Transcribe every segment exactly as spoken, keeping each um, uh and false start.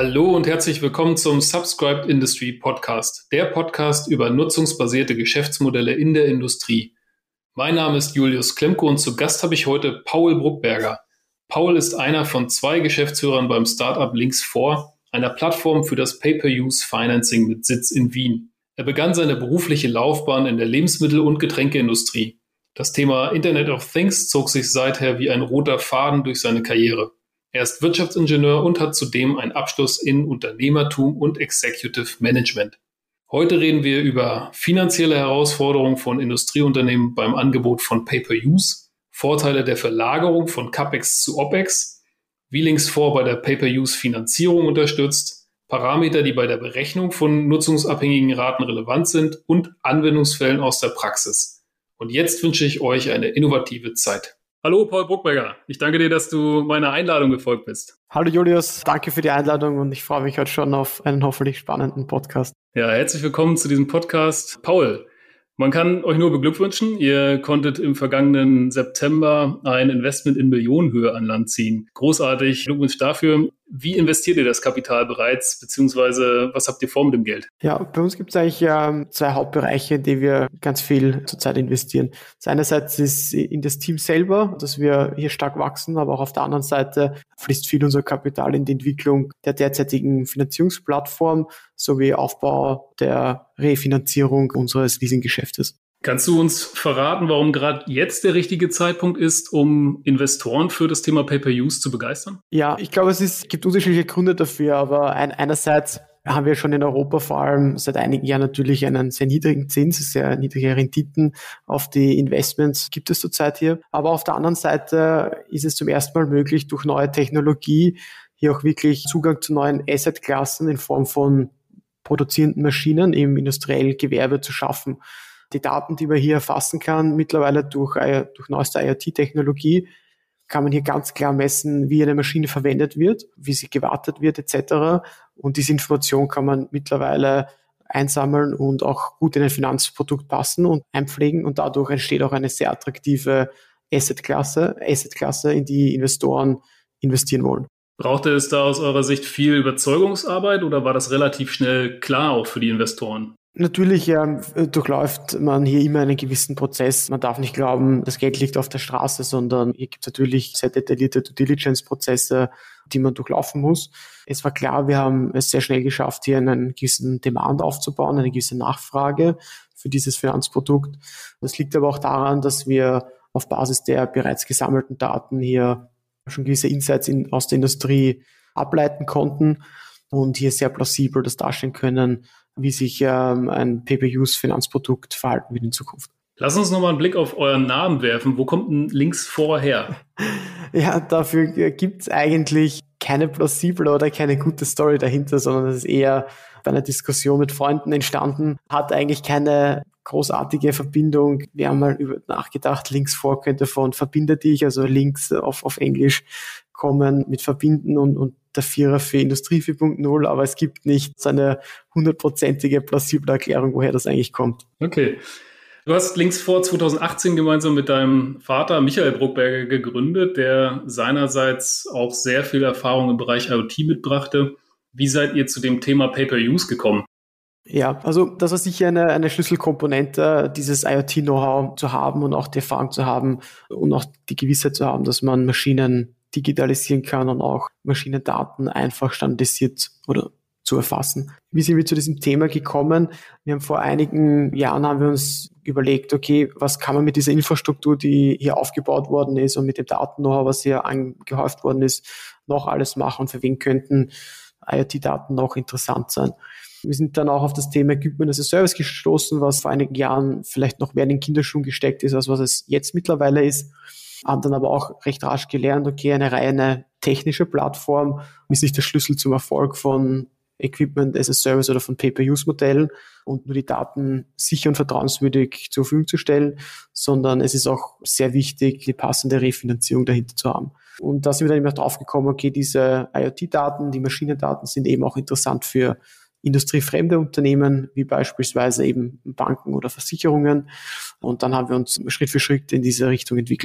Hallo und herzlich willkommen zum Subscribed Industry Podcast, der Podcast über nutzungsbasierte Geschäftsmodelle in der Industrie. Mein Name ist Julius Klemko und zu Gast habe ich heute Paul Bruckberger. Paul ist einer von zwei Geschäftsführern beim Startup Links vier, einer Plattform für das Pay-per-Use-Financing mit Sitz in Wien. Er begann seine berufliche Laufbahn in der Lebensmittel- und Getränkeindustrie. Das Thema Internet of Things zog sich seither wie ein roter Faden durch seine Karriere. Er ist Wirtschaftsingenieur und hat zudem einen Abschluss in Unternehmertum und Executive Management. Heute reden wir über finanzielle Herausforderungen von Industrieunternehmen beim Angebot von Pay-per-Use, Vorteile der Verlagerung von CapEx zu OpEx, wie Links vier bei der Pay-per-Use-Finanzierung unterstützt, Parameter, die bei der Berechnung von nutzungsabhängigen Raten relevant sind und Anwendungsfällen aus der Praxis. Und jetzt wünsche ich euch eine innovative Zeit. Hallo Paul Bruckberger, ich danke dir, dass du meiner Einladung gefolgt bist. Hallo Julius, danke für die Einladung und ich freue mich heute schon auf einen hoffentlich spannenden Podcast. Ja, herzlich willkommen zu diesem Podcast. Paul, man kann euch nur beglückwünschen. Ihr konntet im vergangenen September ein Investment in Millionenhöhe an Land ziehen. Großartig, Glückwunsch dafür. Wie investiert ihr das Kapital bereits, beziehungsweise was habt ihr vor mit dem Geld? Ja, bei uns gibt es eigentlich ähm, zwei Hauptbereiche, in die wir ganz viel zurzeit investieren. Das einerseits ist in das Team selber, dass wir hier stark wachsen, aber auch auf der anderen Seite fließt viel unser Kapital in die Entwicklung der derzeitigen Finanzierungsplattform sowie Aufbau der Refinanzierung unseres Leasinggeschäftes. Kannst du uns verraten, warum gerade jetzt der richtige Zeitpunkt ist, um Investoren für das Thema Pay-per-Use zu begeistern? Ja, ich glaube, es ist, gibt unterschiedliche Gründe dafür, aber ein, einerseits haben wir schon in Europa vor allem seit einigen Jahren natürlich einen sehr niedrigen Zins, sehr niedrige Renditen auf die Investments gibt es zurzeit hier. Aber auf der anderen Seite ist es zum ersten Mal möglich, durch neue Technologie hier auch wirklich Zugang zu neuen Assetklassen in Form von produzierenden Maschinen im industriellen Gewerbe zu schaffen. Die Daten, die man hier erfassen kann, mittlerweile durch, durch neueste I O T-Technologie, kann man hier ganz klar messen, wie eine Maschine verwendet wird, wie sie gewartet wird et cetera. Und diese Information kann man mittlerweile einsammeln und auch gut in ein Finanzprodukt passen und einpflegen. Und dadurch entsteht auch eine sehr attraktive Assetklasse, Assetklasse, in die Investoren investieren wollen. Brauchte es da aus eurer Sicht viel Überzeugungsarbeit oder war das relativ schnell klar auch für die Investoren? Natürlich ähm, durchläuft man hier immer einen gewissen Prozess. Man darf nicht glauben, das Geld liegt auf der Straße, sondern hier gibt es natürlich sehr detaillierte Due Diligence-Prozesse, die man durchlaufen muss. Es war klar, wir haben es sehr schnell geschafft, hier einen gewissen Demand aufzubauen, eine gewisse Nachfrage für dieses Finanzprodukt. Das liegt aber auch daran, dass wir auf Basis der bereits gesammelten Daten hier schon gewisse Insights in, aus der Industrie ableiten konnten und hier sehr plausibel das darstellen können, wie sich ähm, ein Pay-per-Use-Finanzprodukt verhalten wird in Zukunft. Lass uns nochmal einen Blick auf euren Namen werfen. Wo kommt denn Links vier her? Ja, dafür gibt es eigentlich keine plausible oder keine gute Story dahinter, sondern es ist eher bei einer Diskussion mit Freunden entstanden, hat eigentlich keine großartige Verbindung. Wir haben mal über nachgedacht, Links vier könnte von verbinde dich, also Links auf, auf Englisch kommen mit verbinden und, und der Vierer für Industrie vier Punkt null, aber es gibt nicht so eine hundertprozentige plausible Erklärung, woher das eigentlich kommt. Okay. Du hast Links vier zwanzig achtzehn gemeinsam mit deinem Vater Michael Bruckberger gegründet, der seinerseits auch sehr viel Erfahrung im Bereich I O T mitbrachte. Wie seid ihr zu dem Thema Pay-per-Use gekommen? Ja, also das war sicher eine, eine Schlüsselkomponente, dieses I O T-Know-how zu haben und auch die Erfahrung zu haben und auch die Gewissheit zu haben, dass man Maschinen digitalisieren kann und auch Maschinendaten einfach standardisiert oder zu erfassen. Wie sind wir zu diesem Thema gekommen? Wir haben vor einigen Jahren haben wir uns überlegt, okay, was kann man mit dieser Infrastruktur, die hier aufgebaut worden ist und mit dem Daten-Know-how, was hier angehäuft worden ist, noch alles machen und für wen könnten I O T-Daten noch interessant sein? Wir sind dann auch auf das Thema Equipment as a Service gestoßen, was vor einigen Jahren vielleicht noch mehr in den Kinderschuhen gesteckt ist, als was es jetzt mittlerweile ist. Haben dann aber auch recht rasch gelernt, okay, eine reine technische Plattform ist nicht der Schlüssel zum Erfolg von Equipment as a Service oder von Pay-per-Use-Modellen und nur die Daten sicher und vertrauenswürdig zur Verfügung zu stellen, sondern es ist auch sehr wichtig, die passende Refinanzierung dahinter zu haben. Und da sind wir dann immer drauf gekommen, okay, diese I O T-Daten, die Maschinendaten sind eben auch interessant für industriefremde Unternehmen, wie beispielsweise eben Banken oder Versicherungen. Und dann haben wir uns Schritt für Schritt in diese Richtung entwickelt.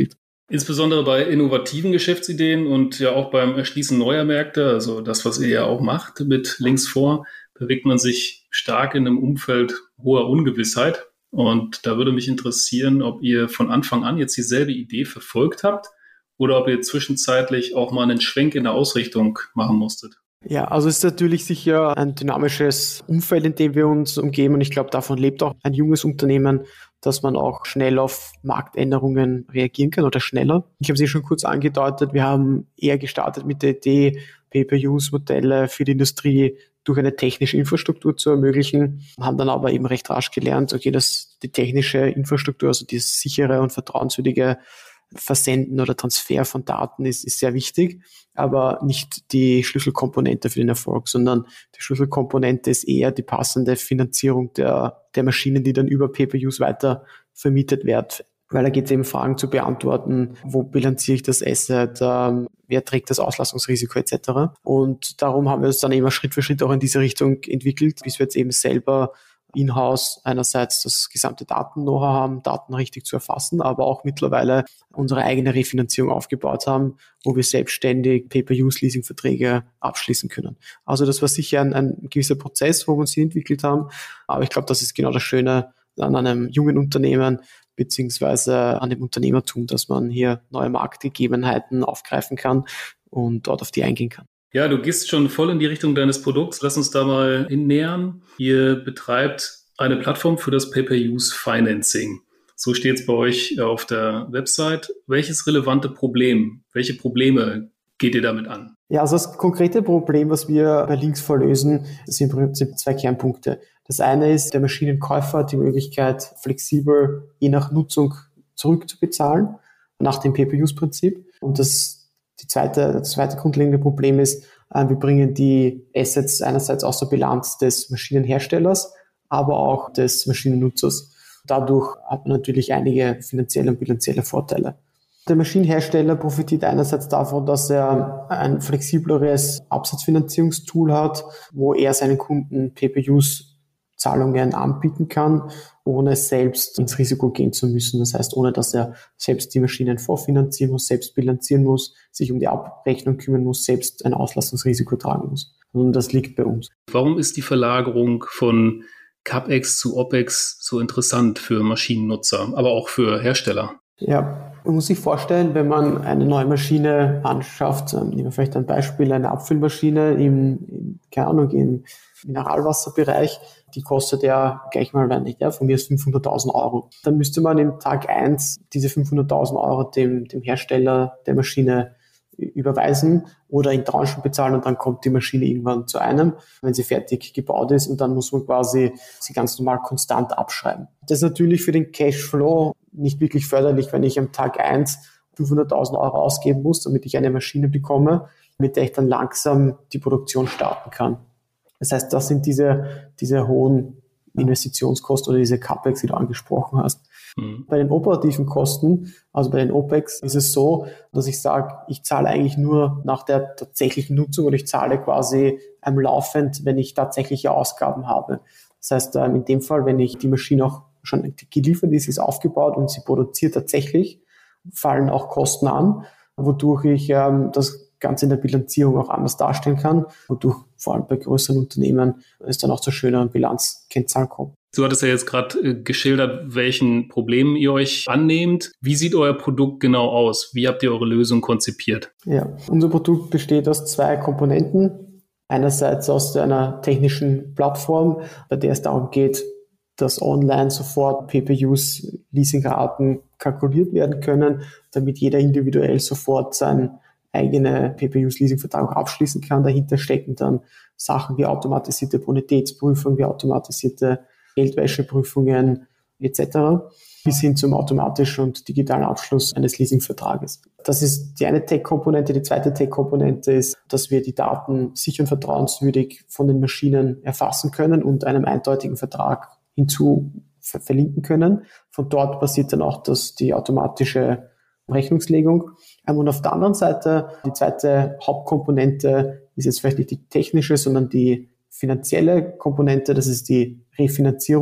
Insbesondere bei innovativen Geschäftsideen und ja auch beim Erschließen neuer Märkte, also das, was ihr ja auch macht mit Links vor, bewegt man sich stark in einem Umfeld hoher Ungewissheit. Und da würde mich interessieren, ob ihr von Anfang an jetzt dieselbe Idee verfolgt habt oder ob ihr zwischenzeitlich auch mal einen Schwenk in der Ausrichtung machen musstet. Ja, also es ist natürlich sicher ein dynamisches Umfeld, in dem wir uns umgeben. Und ich glaube, davon lebt auch ein junges Unternehmen, dass man auch schnell auf Marktänderungen reagieren kann oder schneller. Ich habe es eh schon kurz angedeutet, wir haben eher gestartet mit der Idee, Pay-per-Use-Modelle für die Industrie durch eine technische Infrastruktur zu ermöglichen, haben dann aber eben recht rasch gelernt, okay, dass die technische Infrastruktur, also das sichere und vertrauenswürdige Versenden oder Transfer von Daten ist, ist sehr wichtig, aber nicht die Schlüsselkomponente für den Erfolg, sondern die Schlüsselkomponente ist eher die passende Finanzierung der, der Maschinen, die dann über Pay-per-Use weiter vermietet werden. Weil da geht es eben Fragen zu beantworten, wo bilanziere ich das Asset, ähm, wer trägt das Auslastungsrisiko et cetera. Und darum haben wir uns dann immer Schritt für Schritt auch in diese Richtung entwickelt, bis wir jetzt eben selber in-house einerseits das gesamte Daten-Know-how haben, Daten richtig zu erfassen, aber auch mittlerweile unsere eigene Refinanzierung aufgebaut haben, wo wir selbstständig Pay-per-Use-Leasing-Verträge abschließen können. Also das war sicher ein, ein gewisser Prozess, wo wir uns hin entwickelt haben, aber ich glaube, das ist genau das Schöne an einem jungen Unternehmen, beziehungsweise an dem Unternehmertum, dass man hier neue Marktgegebenheiten aufgreifen kann und dort auf die eingehen kann. Ja, du gehst schon voll in die Richtung deines Produkts. Lass uns da mal hinnähern. Ihr betreibt eine Plattform für das Pay-per-Use-Financing. So steht es bei euch auf der Website. Welches relevante Problem, welche Probleme geht ihr damit an? Ja, also das konkrete Problem, was wir bei Links4 lösen, das sind im Prinzip zwei Kernpunkte. Das eine ist, der Maschinenkäufer hat die Möglichkeit, flexibel je nach Nutzung zurückzubezahlen, nach dem Pay-per-Use-Prinzip. Und das, die zweite, das zweite grundlegende Problem ist, äh, wir bringen die Assets einerseits aus der Bilanz des Maschinenherstellers, aber auch des Maschinennutzers. Dadurch hat man natürlich einige finanzielle und bilanzielle Vorteile. Der Maschinenhersteller profitiert einerseits davon, dass er ein flexibleres Absatzfinanzierungstool hat, wo er seinen Kunden Pay-per-Use-Zahlungen anbieten kann, ohne selbst ins Risiko gehen zu müssen. Das heißt, ohne dass er selbst die Maschinen vorfinanzieren muss, selbst bilanzieren muss, sich um die Abrechnung kümmern muss, selbst ein Auslastungsrisiko tragen muss. Und das liegt bei uns. Warum ist die Verlagerung von CapEx zu OpEx so interessant für Maschinennutzer, aber auch für Hersteller? Ja, man muss sich vorstellen, wenn man eine neue Maschine anschafft, nehmen wir vielleicht ein Beispiel, eine Abfüllmaschine im, im keine Ahnung, im Mineralwasserbereich, die kostet ja gleich mal, wenn nicht, ja, von mir ist fünfhunderttausend Euro. Dann müsste man im Tag eins diese fünfhunderttausend Euro dem, dem Hersteller der Maschine überweisen oder in Tranchen bezahlen und dann kommt die Maschine irgendwann zu einem, wenn sie fertig gebaut ist und dann muss man quasi sie ganz normal konstant abschreiben. Das ist natürlich für den Cashflow nicht wirklich förderlich, wenn ich am Tag eins fünfhunderttausend Euro ausgeben muss, damit ich eine Maschine bekomme, mit der ich dann langsam die Produktion starten kann. Das heißt, das sind diese, diese hohen Investitionskosten oder diese CapEx, die du angesprochen hast. Mhm. Bei den operativen Kosten, also bei den OpEx, ist es so, dass ich sage, ich zahle eigentlich nur nach der tatsächlichen Nutzung oder ich zahle quasi ähm, laufend, wenn ich tatsächliche Ausgaben habe. Das heißt, ähm, in dem Fall, wenn ich die Maschine auch schon geliefert ist, ist aufgebaut und sie produziert tatsächlich, fallen auch Kosten an, wodurch ich ähm, das Ganze in der Bilanzierung auch anders darstellen kann, wodurch vor allem bei größeren Unternehmen es dann auch zu schöneren Bilanzkennzahlen kommt. Du hattest ja jetzt gerade äh, geschildert, welchen Problemen ihr euch annehmt. Wie sieht euer Produkt genau aus? Wie habt ihr eure Lösung konzipiert? Ja, unser Produkt besteht aus zwei Komponenten. Einerseits aus einer technischen Plattform, bei der es darum geht, dass online sofort Pay-per-Use-Leasingraten kalkuliert werden können, damit jeder individuell sofort sein eigene Pay-per-Use-Leasing-Vertrag auch abschließen kann. Dahinter stecken dann Sachen wie automatisierte Bonitätsprüfung, wie automatisierte Geldwäscheprüfungen et cetera, bis hin zum automatischen und digitalen Abschluss eines Leasingvertrages. Das ist die eine Tech-Komponente. Die zweite Tech-Komponente ist, dass wir die Daten sicher und vertrauenswürdig von den Maschinen erfassen können und einem eindeutigen Vertrag hinzu ver- verlinken können. Von dort passiert dann auch das, die automatische Rechnungslegung. Und auf der anderen Seite, die zweite Hauptkomponente ist jetzt vielleicht nicht die technische, sondern die finanzielle Komponente, das ist die Refinanzierung.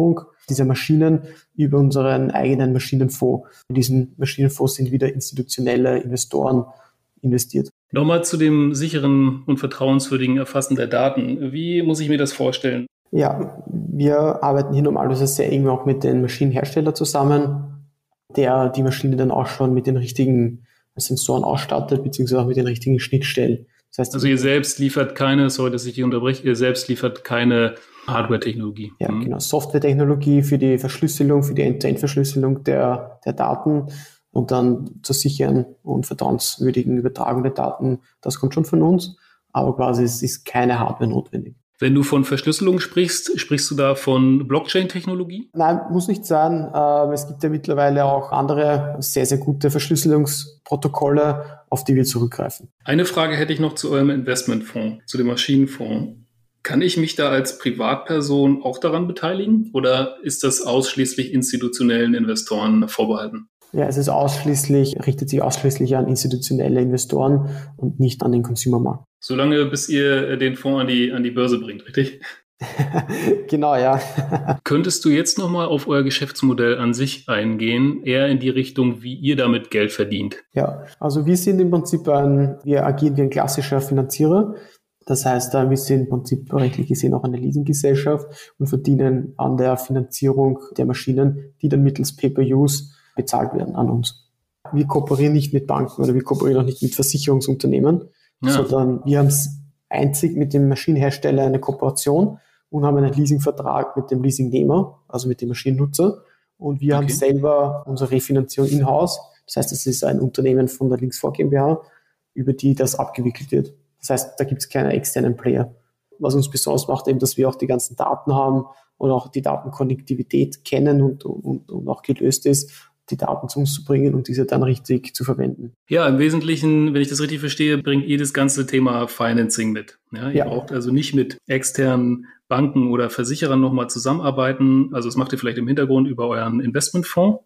dieser Maschinen über unseren eigenen Maschinenfonds. In diesen Maschinenfonds sind wieder institutionelle Investoren investiert. Nochmal zu dem sicheren und vertrauenswürdigen Erfassen der Daten. Wie muss ich mir das vorstellen? Ja, wir arbeiten hier normalerweise sehr eng auch mit den Maschinenherstellern zusammen, der die Maschine dann auch schon mit den richtigen Sensoren ausstattet, beziehungsweise auch mit den richtigen Schnittstellen. Das heißt, also ihr selbst liefert keine, sorry, dass ich dich unterbreche, ihr selbst liefert keine Hardware-Technologie. Ja, mhm. genau. Software-Technologie für die Verschlüsselung, für die End-to-End-Verschlüsselung der, der Daten und dann zur sicheren und vertrauenswürdigen Übertragung der Daten, das kommt schon von uns, aber quasi es ist keine Hardware notwendig. Wenn du von Verschlüsselung sprichst, sprichst du da von Blockchain-Technologie? Nein, muss nicht sein. Es gibt ja mittlerweile auch andere sehr, sehr gute Verschlüsselungsprotokolle, auf die wir zurückgreifen. Eine Frage hätte ich noch zu eurem Investmentfonds, zu dem Maschinenfonds. Kann ich mich da als Privatperson auch daran beteiligen oder ist das ausschließlich institutionellen Investoren vorbehalten? Ja, es ist ausschließlich, richtet sich ausschließlich an institutionelle Investoren und nicht an den Consumermarkt. Solange bis ihr den Fonds an die, an die Börse bringt, richtig? Genau, ja. Könntest du jetzt nochmal auf euer Geschäftsmodell an sich eingehen, eher in die Richtung, wie ihr damit Geld verdient? Ja, also wir sind im Prinzip ein, wir agieren wie ein klassischer Finanzierer. Das heißt, wir sind im Prinzip rechtlich gesehen auch eine Leasinggesellschaft und verdienen an der Finanzierung der Maschinen, die dann mittels Pay-per-Use bezahlt werden an uns. Wir kooperieren nicht mit Banken oder wir kooperieren auch nicht mit Versicherungsunternehmen, ja. sondern wir haben einzig mit dem Maschinenhersteller eine Kooperation und haben einen Leasingvertrag mit dem Leasingnehmer, also mit dem Maschinennutzer. Und wir okay. haben selber unsere Refinanzierung in-house. Das heißt, es ist ein Unternehmen von der Linksfor GmbH, über die das abgewickelt wird. Das heißt, da gibt es keine externen Player. Was uns besonders macht, eben, dass wir auch die ganzen Daten haben und auch die Datenkonnektivität kennen und, und, und auch gelöst ist, die Daten zu uns zu bringen und diese dann richtig zu verwenden. Ja, im Wesentlichen, wenn ich das richtig verstehe, bringt ihr das ganze Thema Financing mit. Ja, ihr ja. braucht also nicht mit externen Banken oder Versicherern nochmal zusammenarbeiten. Also das macht ihr vielleicht im Hintergrund über euren Investmentfonds.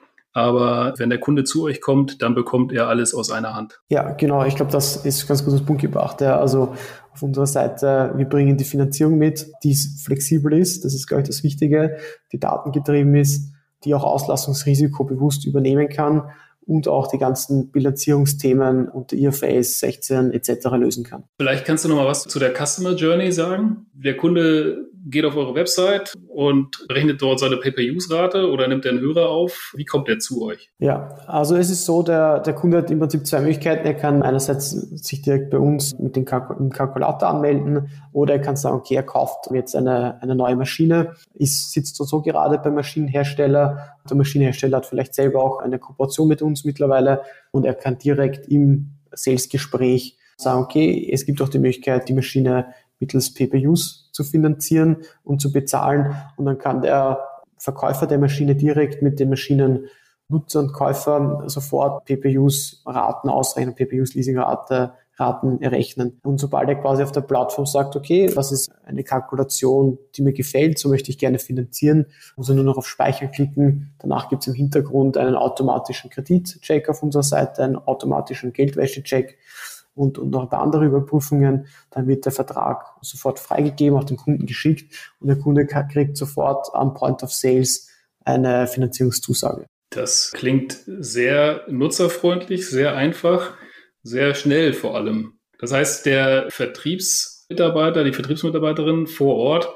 Aber wenn der Kunde zu euch kommt, dann bekommt er alles aus einer Hand. Ja, genau. Ich glaube, das ist ganz gut auf den Punkt gebracht. Ja. Also auf unserer Seite, wir bringen die Finanzierung mit, die flexibel ist. Das ist, glaube ich, das Wichtige. Die datengetrieben ist, die auch Auslassungsrisiko bewusst übernehmen kann und auch die ganzen Bilanzierungsthemen unter I F R S sechzehn et cetera lösen kann. Vielleicht kannst du noch mal was zu der Customer Journey sagen. Der Kunde geht auf eure Website und rechnet dort seine Pay-per-Use-Rate oder nimmt er einen Hörer auf. Wie kommt der zu euch? Ja, also es ist so, der, der Kunde hat im Prinzip zwei Möglichkeiten. Er kann einerseits sich direkt bei uns mit dem Kalk- im Kalkulator anmelden oder er kann sagen, okay, er kauft jetzt eine, eine neue Maschine, ist, sitzt so gerade beim Maschinenhersteller. Der Maschinenhersteller hat vielleicht selber auch eine Kooperation mit uns mittlerweile und er kann direkt im Sales-Gespräch sagen, okay, es gibt auch die Möglichkeit, die Maschine mittels Pay-per-Use zu finanzieren und zu bezahlen. Und dann kann der Verkäufer der Maschine direkt mit den Maschinennutzer und Käufern sofort Pay-per-Use-Raten ausrechnen, Pay-per-Use-Leasing-Rate Raten errechnen. Und sobald er quasi auf der Plattform sagt, okay, das ist eine Kalkulation, die mir gefällt, so möchte ich gerne finanzieren, muss er nur noch auf Speichern klicken. Danach gibt es im Hintergrund einen automatischen Kreditcheck auf unserer Seite, einen automatischen Geldwäschecheck und, und noch ein paar andere Überprüfungen. Dann wird der Vertrag sofort freigegeben, auch dem Kunden geschickt und der Kunde kriegt sofort am Point of Sales eine Finanzierungszusage. Das klingt sehr nutzerfreundlich, sehr einfach, sehr schnell vor allem. Das heißt, der Vertriebsmitarbeiter, die Vertriebsmitarbeiterin vor Ort,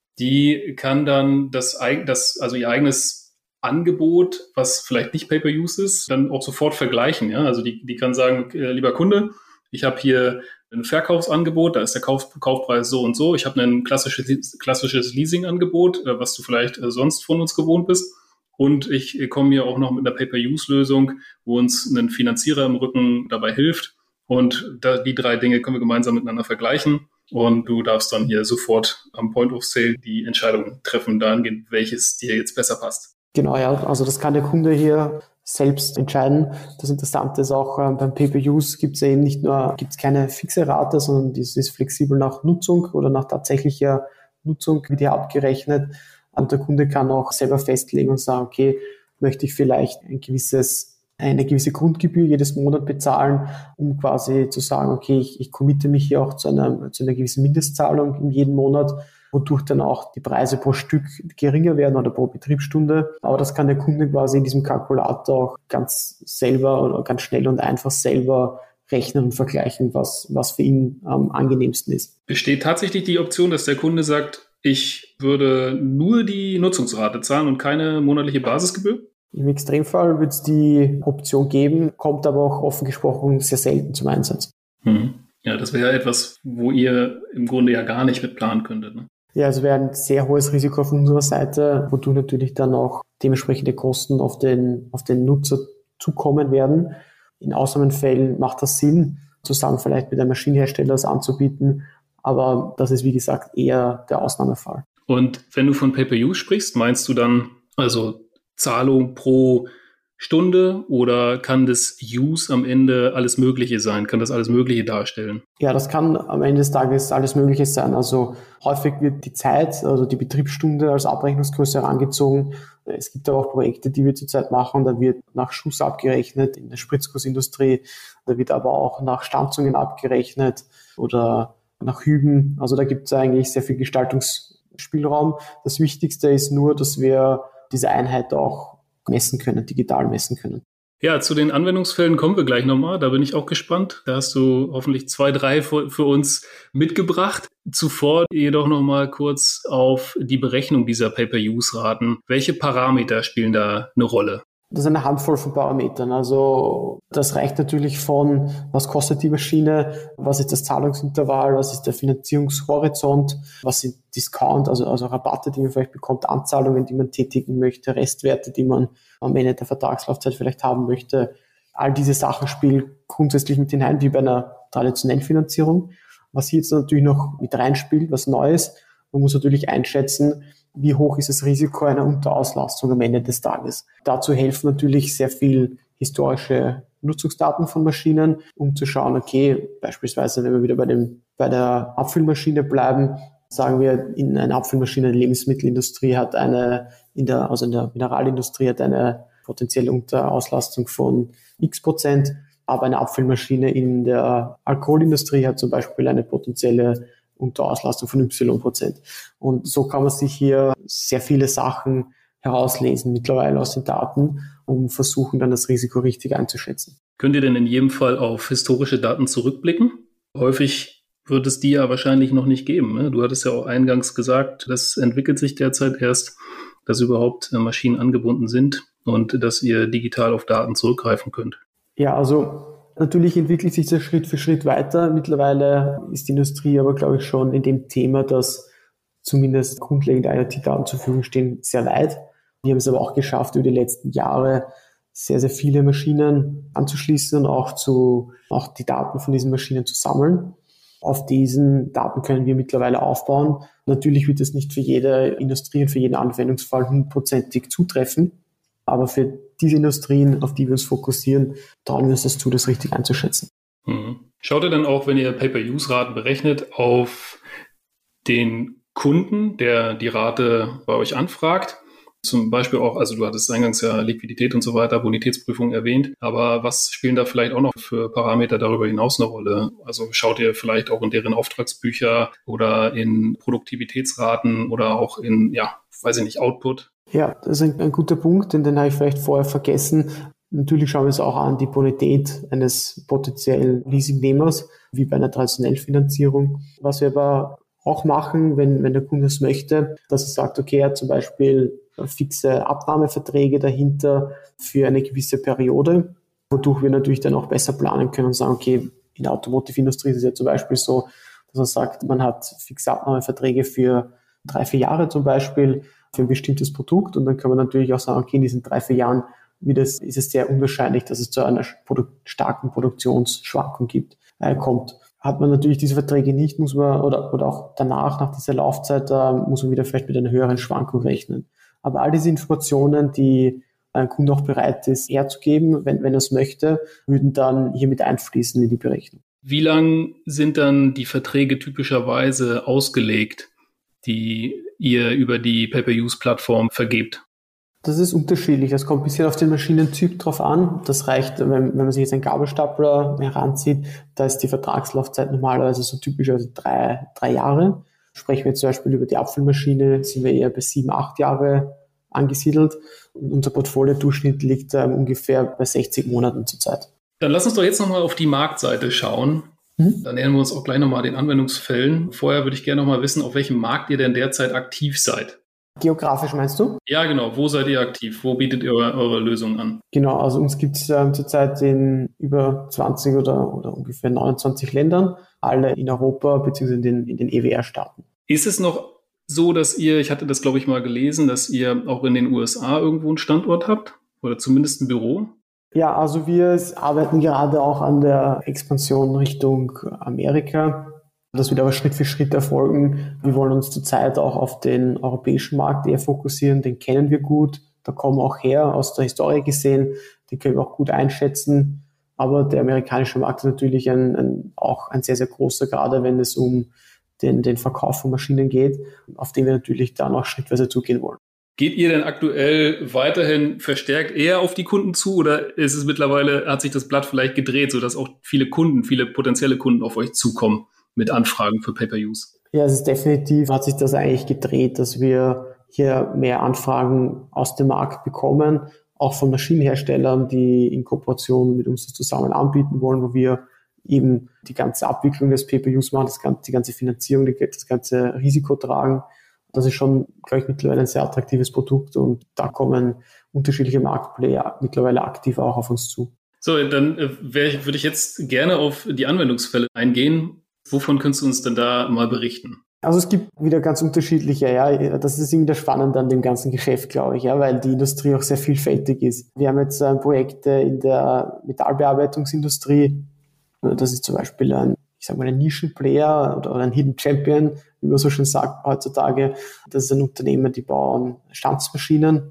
die kann dann das, das also ihr eigenes Angebot, was vielleicht nicht Pay-per-Use ist, dann auch sofort vergleichen. Ja? Also die, die kann sagen, äh, lieber Kunde, ich habe hier ein Verkaufsangebot, da ist der Kauf, Kaufpreis so und so. Ich habe ein klassisches, klassisches Leasingangebot, äh, was du vielleicht äh, sonst von uns gewohnt bist. Und ich äh, komme hier auch noch mit einer Pay-per-Use-Lösung, wo uns ein Finanzierer im Rücken dabei hilft. Und da, die drei Dinge können wir gemeinsam miteinander vergleichen. Und du darfst dann hier sofort am Point of Sale die Entscheidung treffen, dahingehend, welches dir jetzt besser passt. Genau, ja. Also das kann der Kunde hier selbst entscheiden. Das Interessante ist auch, äh, beim Pay-per-Use gibt es ja eben nicht nur, gibt es keine fixe Rate, sondern das ist flexibel nach Nutzung oder nach tatsächlicher Nutzung wird hier abgerechnet. Und der Kunde kann auch selber festlegen und sagen, okay, möchte ich vielleicht ein gewisses, eine gewisse Grundgebühr jedes Monat bezahlen, um quasi zu sagen, okay, ich, ich committe mich hier auch zu einer, zu einer gewissen Mindestzahlung in jedem Monat. wodurch dann auch die Preise pro Stück geringer werden oder pro Betriebsstunde. Aber das kann der Kunde quasi in diesem Kalkulator auch ganz selber oder ganz schnell und einfach selber rechnen und vergleichen, was, was für ihn am angenehmsten ist. Besteht tatsächlich die Option, dass der Kunde sagt, ich würde nur die Nutzungsrate zahlen und keine monatliche Basisgebühr? Im Extremfall wird es die Option geben, kommt aber auch offen gesprochen sehr selten zum Einsatz. Hm. Ja, das wäre ja etwas, wo ihr im Grunde ja gar nicht mit planen könntet, ne? Ja, also wäre ein sehr hohes Risiko von unserer Seite, wodurch natürlich dann auch dementsprechende Kosten auf den, auf den Nutzer zukommen werden. In Ausnahmefällen macht das Sinn, zusammen vielleicht mit einem Maschinenhersteller das anzubieten, aber das ist wie gesagt eher der Ausnahmefall. Und wenn du von Pay-per-Use sprichst, meinst du dann also Zahlung pro Stunde oder kann das Use am Ende alles Mögliche sein? Kann das alles Mögliche darstellen? Ja, das kann am Ende des Tages alles Mögliche sein. Also häufig wird die Zeit, also die Betriebsstunde als Abrechnungsgröße herangezogen. Es gibt aber auch Projekte, die wir zurzeit machen. Da wird nach Schuss abgerechnet in der Spritzgussindustrie. Da wird aber auch nach Stanzungen abgerechnet oder nach Hüben. Also da gibt es eigentlich sehr viel Gestaltungsspielraum. Das Wichtigste ist nur, dass wir diese Einheit auch messen können, digital messen können. Ja, zu den Anwendungsfällen kommen wir gleich nochmal. Da bin ich auch gespannt. Da hast du hoffentlich zwei, drei für, für uns mitgebracht. Zuvor jedoch nochmal kurz auf die Berechnung dieser Pay-per-Use-Raten. Welche Parameter spielen da eine Rolle? Das ist eine Handvoll von Parametern. Also das reicht natürlich von, was kostet die Maschine, was ist das Zahlungsintervall, was ist der Finanzierungshorizont, was sind Discount, also, also Rabatte, die man vielleicht bekommt, Anzahlungen, die man tätigen möchte, Restwerte, die man am Ende der Vertragslaufzeit vielleicht haben möchte. All diese Sachen spielen grundsätzlich mit hinein, wie bei einer traditionellen Finanzierung. Was hier jetzt natürlich noch mit reinspielt, was Neues, man muss natürlich einschätzen, wie hoch ist das Risiko einer Unterauslastung am Ende des Tages. Dazu helfen natürlich sehr viel historische Nutzungsdaten von Maschinen, um zu schauen, okay, beispielsweise, wenn wir wieder bei dem, bei der Abfüllmaschine bleiben, sagen wir, in einer Abfüllmaschine, eine Lebensmittelindustrie hat eine, in der, also in der Mineralindustrie hat eine potenzielle Unterauslastung von x Prozent, aber eine Abfüllmaschine in der Alkoholindustrie hat zum Beispiel eine potenzielle Unterauslastung von y Prozent. Und so kann man sich hier sehr viele Sachen herauslesen mittlerweile aus den Daten, um versuchen dann das Risiko richtig einzuschätzen. Könnt ihr denn in jedem Fall auf historische Daten zurückblicken? Häufig wird es die ja wahrscheinlich noch nicht geben, ne? Du hattest ja auch eingangs gesagt, das entwickelt sich derzeit erst, dass überhaupt Maschinen angebunden sind und dass ihr digital auf Daten zurückgreifen könnt. Ja, also natürlich entwickelt sich das Schritt für Schritt weiter. Mittlerweile ist die Industrie aber, glaube ich, schon in dem Thema, dass zumindest grundlegende IoT-Daten zur Verfügung stehen, sehr weit. Wir haben es aber auch geschafft, über die letzten Jahre sehr, sehr viele Maschinen anzuschließen und auch, zu, auch die Daten von diesen Maschinen zu sammeln. Auf diesen Daten können wir mittlerweile aufbauen. Natürlich wird es nicht für jede Industrie und für jeden Anwendungsfall hundertprozentig zutreffen. Aber für diese Industrien, auf die wir uns fokussieren, trauen wir uns das zu, das richtig einzuschätzen. Mhm. Schaut ihr dann auch, wenn ihr Pay-per-Use-Raten berechnet, auf den Kunden, der die Rate bei euch anfragt? Zum Beispiel auch, also du hattest eingangs ja Liquidität und so weiter, Bonitätsprüfung erwähnt, aber was spielen da vielleicht auch noch für Parameter darüber hinaus eine Rolle? Also schaut ihr vielleicht auch in deren Auftragsbücher oder in Produktivitätsraten oder auch in, ja, weiß ich nicht, Output? Ja, das ist ein, ein guter Punkt, den, den habe ich vielleicht vorher vergessen. Natürlich schauen wir uns auch an die Bonität eines potenziellen Leasingnehmers, wie bei einer traditionellen Finanzierung. Was wir aber auch machen, wenn, wenn der Kunde es möchte, dass er sagt, okay, er hat zum Beispiel fixe Abnahmeverträge dahinter für eine gewisse Periode, wodurch wir natürlich dann auch besser planen können und sagen, okay, in der Automotive-Industrie ist es ja zum Beispiel so, dass man sagt, man hat fixe Abnahmeverträge für drei, vier Jahre zum Beispiel für ein bestimmtes Produkt und dann kann man natürlich auch sagen, okay, in diesen drei, vier Jahren wird es, ist es sehr unwahrscheinlich, dass es zu einer Produ- starken Produktionsschwankung gibt, äh, kommt. Hat man natürlich diese Verträge nicht, muss man, oder, oder auch danach, nach dieser Laufzeit, äh, muss man wieder vielleicht mit einer höheren Schwankung rechnen. Aber all diese Informationen, die ein Kunde auch bereit ist, herzugeben, wenn, wenn er es möchte, würden dann hier mit einfließen in die Berechnung. Wie lang sind dann die Verträge typischerweise ausgelegt, die ihr über die Pay-per-Use-Plattform vergebt? Das ist unterschiedlich. Das kommt ein bisschen auf den Maschinentyp drauf an. Das reicht, wenn, wenn man sich jetzt einen Gabelstapler heranzieht, da ist die Vertragslaufzeit normalerweise so typisch also drei, drei Jahre. Sprechen wir zum Beispiel über die Apfelmaschine, sind wir eher bei sieben, acht Jahre angesiedelt. Und unser Portfolio-Durchschnitt liegt ähm, ungefähr bei sechzig Monaten zurzeit. Dann lass uns doch jetzt nochmal auf die Marktseite schauen. Mhm. Dann nähern wir uns auch gleich nochmal den Anwendungsfällen. Vorher würde ich gerne nochmal wissen, auf welchem Markt ihr denn derzeit aktiv seid. Geografisch meinst du? Ja, genau. Wo seid ihr aktiv? Wo bietet ihr eure Lösungen an? Genau, also uns gibt es ähm, zurzeit in über zwanzig oder, oder ungefähr neunundzwanzig Ländern, alle in Europa bzw. in den, in den E W R-Staaten. Ist es noch so, dass ihr, ich hatte das glaube ich mal gelesen, dass ihr auch in den U S A irgendwo einen Standort habt oder zumindest ein Büro? Ja, also wir arbeiten gerade auch an der Expansion Richtung Amerika. Das wird aber Schritt für Schritt erfolgen. Wir wollen uns zurzeit auch auf den europäischen Markt eher fokussieren. Den kennen wir gut. Da kommen wir auch her, aus der Historie gesehen. Den können wir auch gut einschätzen. Aber der amerikanische Markt ist natürlich ein, ein, auch ein sehr, sehr großer, gerade wenn es um den, den Verkauf von Maschinen geht, auf den wir natürlich dann auch schrittweise zugehen wollen. Geht ihr denn aktuell weiterhin verstärkt eher auf die Kunden zu oder ist es mittlerweile, hat sich das Blatt vielleicht gedreht, sodass auch viele Kunden, viele potenzielle Kunden auf euch zukommen mit Anfragen für Pay-Per-Use? Ja, es ist definitiv, hat sich das eigentlich gedreht, dass wir hier mehr Anfragen aus dem Markt bekommen, auch von Maschinenherstellern, die in Kooperation mit uns das zusammen anbieten wollen, wo wir eben die ganze Abwicklung des Pay-Per-Use machen, das ganze, die ganze Finanzierung, das ganze Risiko tragen. Das ist schon, glaube ich, mittlerweile ein sehr attraktives Produkt und da kommen unterschiedliche Marktplayer mittlerweile aktiv auch auf uns zu. So, dann äh, wär, würde ich jetzt gerne auf die Anwendungsfälle eingehen. Wovon könntest du uns denn da mal berichten? Also es gibt wieder ganz unterschiedliche, ja, das ist irgendwie das Spannende an dem ganzen Geschäft, glaube ich, ja, weil die Industrie auch sehr vielfältig ist. Wir haben jetzt äh, Projekte in der Metallbearbeitungsindustrie, das ist zum Beispiel ein, ich sage mal, ein Nischenplayer oder, oder ein Hidden Champion, wie man so schon sagt heutzutage. Das ist ein Unternehmen, die bauen Stanzmaschinen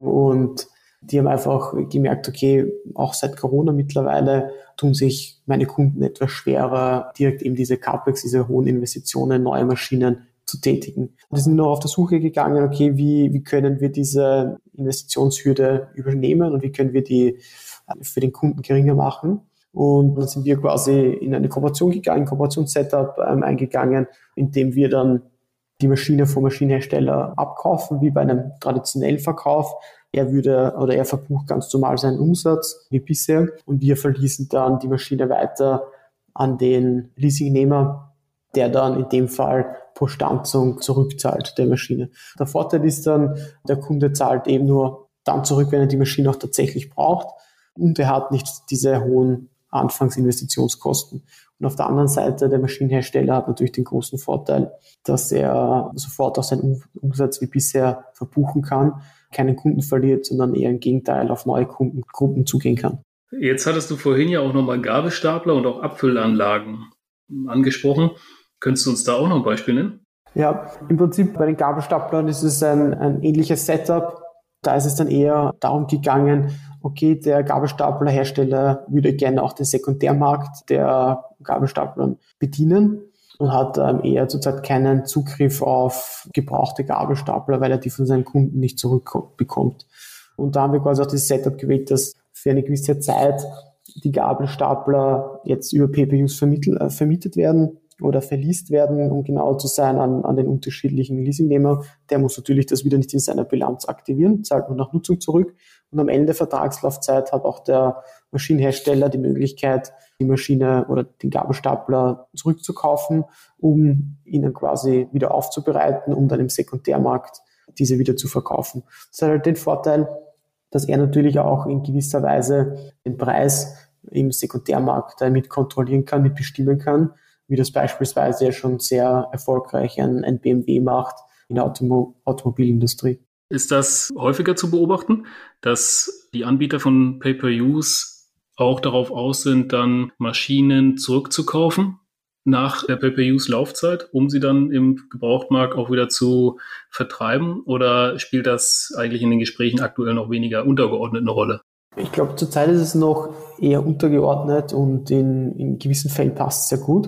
und die haben einfach gemerkt, okay, auch seit Corona mittlerweile tun sich meine Kunden etwas schwerer, direkt eben diese CapEx, diese hohen Investitionen, neue Maschinen zu tätigen. Die sind noch auf der Suche gegangen, okay, wie, wie können wir diese Investitionshürde übernehmen und wie können wir die für den Kunden geringer machen. Und dann sind wir quasi in eine Kooperation gegangen, Kooperationssetup ähm, eingegangen, in dem wir dann die Maschine vom Maschinenhersteller abkaufen, wie bei einem traditionellen Verkauf. Er würde oder er verbucht ganz normal seinen Umsatz wie bisher und wir verließen dann die Maschine weiter an den Leasingnehmer, der dann in dem Fall pro Stanzung zurückzahlt der Maschine. Der Vorteil ist dann, der Kunde zahlt eben nur dann zurück, wenn er die Maschine auch tatsächlich braucht und er hat nicht diese hohen Anfangsinvestitionskosten. Und auf der anderen Seite, der Maschinenhersteller hat natürlich den großen Vorteil, dass er sofort auch seinen Umsatz wie bisher verbuchen kann, keinen Kunden verliert, sondern eher im Gegenteil auf neue Kundengruppen zugehen kann. Jetzt hattest du vorhin ja auch nochmal Gabelstapler und auch Abfüllanlagen angesprochen. Könntest du uns da auch noch ein Beispiel nennen? Ja, im Prinzip bei den Gabelstaplern ist es ein, ein ähnliches Setup. Da ist es dann eher darum gegangen, okay, der Gabelstaplerhersteller würde gerne auch den Sekundärmarkt der Gabelstaplern bedienen und hat ähm, eher zurzeit keinen Zugriff auf gebrauchte Gabelstapler, weil er die von seinen Kunden nicht zurückbekommt. Und da haben wir quasi auch das Setup gewählt, dass für eine gewisse Zeit die Gabelstapler jetzt über Pay-Per-Use vermittelt, äh, vermietet werden oder verleast werden, um genau zu sein, an, an den unterschiedlichen Leasingnehmer. Der muss natürlich das wieder nicht in seiner Bilanz aktivieren, zahlt nur nach Nutzung zurück. Und am Ende der Vertragslaufzeit hat auch der Maschinenhersteller die Möglichkeit, die Maschine oder den Gabelstapler zurückzukaufen, um ihn dann quasi wieder aufzubereiten, um dann im Sekundärmarkt diese wieder zu verkaufen. Das hat halt den Vorteil, dass er natürlich auch in gewisser Weise den Preis im Sekundärmarkt mit kontrollieren kann, mit bestimmen kann, wie das beispielsweise ja schon sehr erfolgreich ein, ein B M W macht in der Automo- Automobilindustrie. Ist das häufiger zu beobachten, dass die Anbieter von Pay-Per-Use auch darauf aus sind, dann Maschinen zurückzukaufen nach der Pay-Per-Use-Laufzeit, um sie dann im Gebrauchtmarkt auch wieder zu vertreiben? Oder spielt das eigentlich in den Gesprächen aktuell noch weniger untergeordnet eine Rolle? Ich glaube, zurzeit ist es noch eher untergeordnet und in, in gewissen Fällen passt es sehr gut.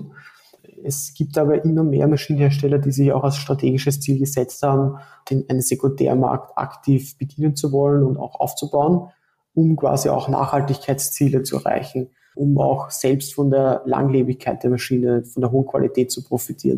Es gibt aber immer mehr Maschinenhersteller, die sich auch als strategisches Ziel gesetzt haben, den, einen Sekundärmarkt aktiv bedienen zu wollen und auch aufzubauen, um quasi auch Nachhaltigkeitsziele zu erreichen, um auch selbst von der Langlebigkeit der Maschine, von der hohen Qualität zu profitieren.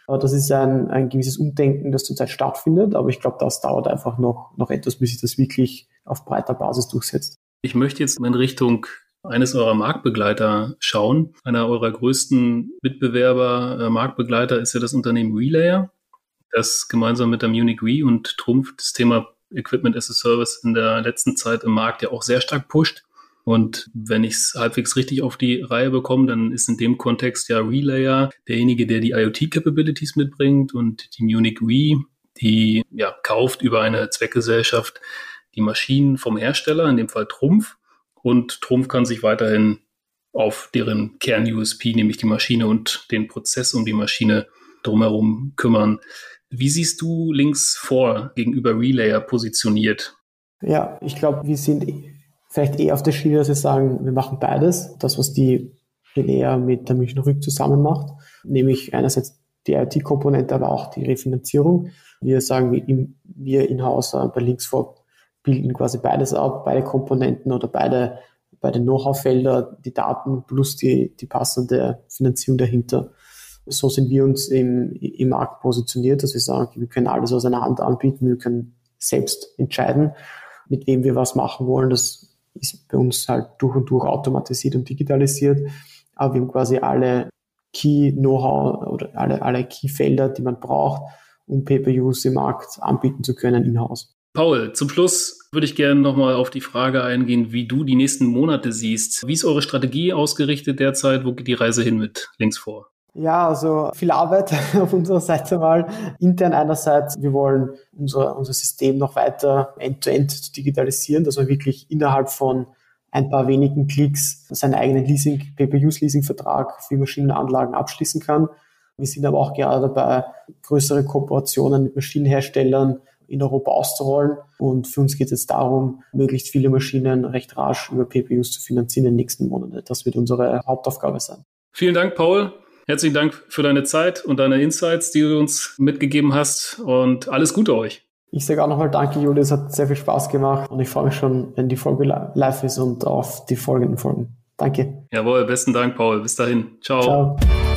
Aber das ist ein, ein gewisses Umdenken, das zurzeit stattfindet. Aber ich glaube, das dauert einfach noch, noch etwas, bis sich das wirklich auf breiter Basis durchsetzt. Ich möchte jetzt in Richtung eines eurer Marktbegleiter schauen. Einer eurer größten Mitbewerber, äh, Marktbegleiter ist ja das Unternehmen Relayer, das gemeinsam mit der Munich Re und Trumpf das Thema Equipment as a Service in der letzten Zeit im Markt ja auch sehr stark pusht. Und wenn ich es halbwegs richtig auf die Reihe bekomme, dann ist in dem Kontext ja Relayer derjenige, der die IoT-Capabilities mitbringt, und die Munich Re, die ja kauft über eine Zweckgesellschaft die Maschinen vom Hersteller, in dem Fall Trumpf. Und Trumpf kann sich weiterhin auf deren Kern-U S P, nämlich die Maschine und den Prozess um die Maschine drumherum kümmern. Wie siehst du Links vor gegenüber Relayer positioniert? Ja, ich glaube, wir sind vielleicht eher auf der Schiene, dass wir sagen, wir machen beides. Das, was die Relayer mit der Münchner Rück zusammen macht, nämlich einerseits die IoT-Komponente, aber auch die Refinanzierung. Wir sagen, wir in-house bei Links vor bilden quasi beides ab, beide Komponenten oder beide, beide Know-how-Felder, die Daten plus die, die passende Finanzierung dahinter. So sind wir uns im, im Markt positioniert, dass wir sagen, wir können alles aus einer Hand anbieten, wir können selbst entscheiden, mit wem wir was machen wollen. Das ist bei uns halt durch und durch automatisiert und digitalisiert, aber wir haben quasi alle Key-Know-how oder alle, alle Key-Felder, die man braucht, um Pay-per-Use im Markt anbieten zu können in-house. Paul, zum Schluss würde ich gerne nochmal auf die Frage eingehen, wie du die nächsten Monate siehst. Wie ist eure Strategie ausgerichtet derzeit? Wo geht die Reise hin mit Links vor? Ja, also viel Arbeit auf unserer Seite mal. Intern einerseits, wir wollen unser, unser System noch weiter end-to-end digitalisieren, dass man wirklich innerhalb von ein paar wenigen Klicks seinen eigenen Leasing, Pay-per-Use-Leasing-Vertrag für Maschinenanlagen abschließen kann. Wir sind aber auch gerade dabei, größere Kooperationen mit Maschinenherstellern in Europa auszurollen. Und für uns geht es jetzt darum, möglichst viele Maschinen recht rasch über Pay-per-Use zu finanzieren in den nächsten Monaten. Das wird unsere Hauptaufgabe sein. Vielen Dank, Paul. Herzlichen Dank für deine Zeit und deine Insights, die du uns mitgegeben hast, und alles Gute euch. Ich sage auch nochmal danke, Julius, hat sehr viel Spaß gemacht und ich freue mich schon, wenn die Folge live ist und auf die folgenden Folgen. Danke. Jawohl, besten Dank, Paul. Bis dahin. Ciao. Ciao.